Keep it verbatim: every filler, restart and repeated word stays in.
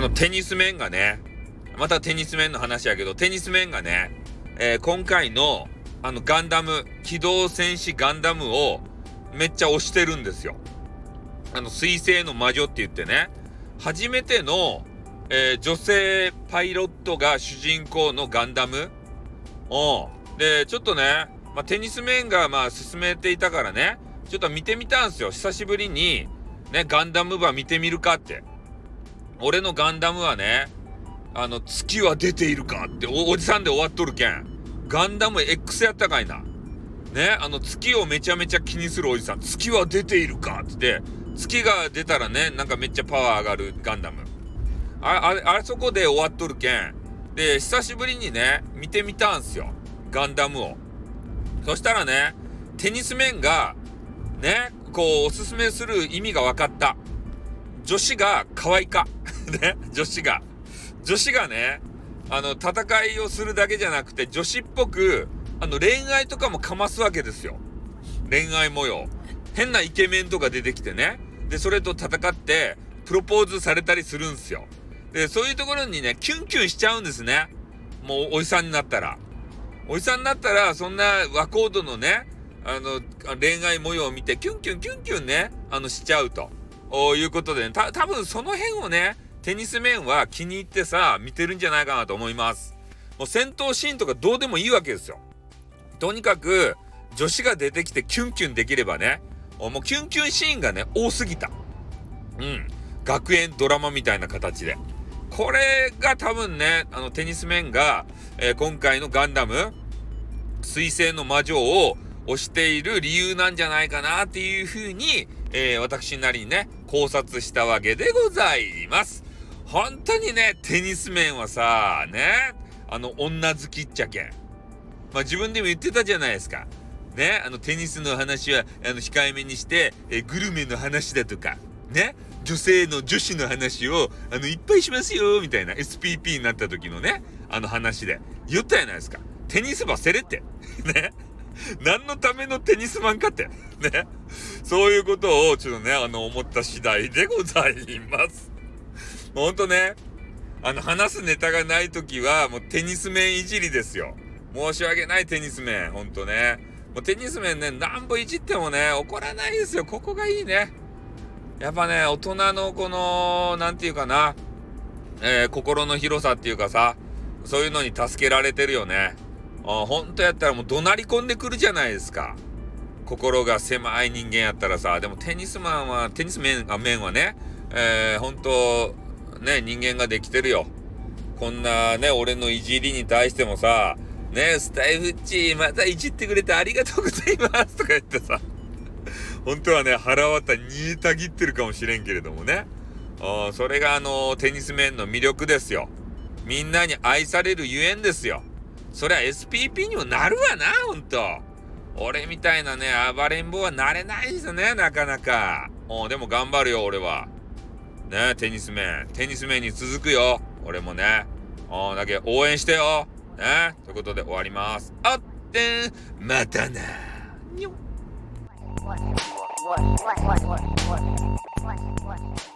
のテニス面がね、またテニス面の話やけど、テニス面がね、えー、今回のあのガンダム、機動戦士ガンダムをめっちゃ推してるんですよ。あの水星の魔女って言ってね、初めての、えー、女性パイロットが主人公のガンダム。おでちょっとね、まあ、テニス面がまあ進めていたからね、ちょっと見てみたんすよ。久しぶりにね、ガンダム版見てみるかって。俺のガンダムはね、あの月は出ているかって お, おじさんで終わっとるけん。ガンダム X やったかいなね、あの月をめちゃめちゃ気にするおじさん。月は出ているかって言って、月が出たらね、なんかめっちゃパワー上がるガンダム。あああそこで終わっとるけんで、久しぶりにね見てみたんすよ、ガンダムを。そしたらね、テニス面がね、こうおすすめする意味が分かった。女子が可愛いかね、女子が女子がね、あの戦いをするだけじゃなくて、女子っぽくあの恋愛とかもかますわけですよ。恋愛模様、変なイケメンとか出てきてね、でそれと戦ってプロポーズされたりするんすよ。でそういうところにね、キュンキュンしちゃうんですね。もうおじさんになったらおじさんになったらそんな和コードのね、あの恋愛模様を見てキュンキュンキュンキュンね、あのしちゃうということで、ね、た多分その辺をね、テニス面は気に入ってさ見てるんじゃないかなと思います。もう戦闘シーンとかどうでもいいわけですよ。とにかく女子が出てきてキュンキュンできればね、もうキュンキュンシーンがね多すぎた。うん学園ドラマみたいな形で、これが多分ね、あのテニス面が、えー、今回のガンダム水星の魔女を推している理由なんじゃないかなっていうふうに、えー、私なりにね考察したわけでございます。本当にね、テニス面はさね、あの女好きっちゃけん、まあ自分でも言ってたじゃないですかね。あのテニスの話はあの控えめにして、えー、グルメの話だとかね、女性の女子の話をあのいっぱいしますよみたいな エスピーピー になった時のね、あの話で言ったじゃないですか。テニスばせれってね、何のためのテニスマンかってね、そういうことをちょっとね、あの思った次第でございます。ほんとね、あの話すネタがない時はもうテニス面いじりですよ。申し訳ない、テニス面。ほんとね、もうテニス面ね、なんぼいじってもね怒らないですよ。ここがいいね。やっぱね、大人のこのなんていうかな、えー、心の広さっていうかさ、そういうのに助けられてるよね。あ、ほんとやったらもう怒鳴り込んでくるじゃないですか。心が狭い人間やったらさ。でもテニスマンは、テニス面、あ、面はね、えー、ほんとね、人間ができてるよ。こんなね、俺のいじりに対してもさ、ね、スタイフッチまたいじってくれてありがとうございますとか言ってさ、本当はね、腹渡煮えたぎってるかもしれんけれどもね。あ、それがあのテニス面の魅力ですよ。みんなに愛されるゆえんですよ。そりゃ エスピーピー にもなるわな、ほんと。俺みたいなね、暴れん坊はなれないですね、なかなか。お、でも頑張るよ、俺は。ね、テニス面。テニス面に続くよ、俺もね。お、だけ応援してよ。ね、ということで終わります。あってん、またな。にょ。What, what, what, what, what, what, what, what, what, what.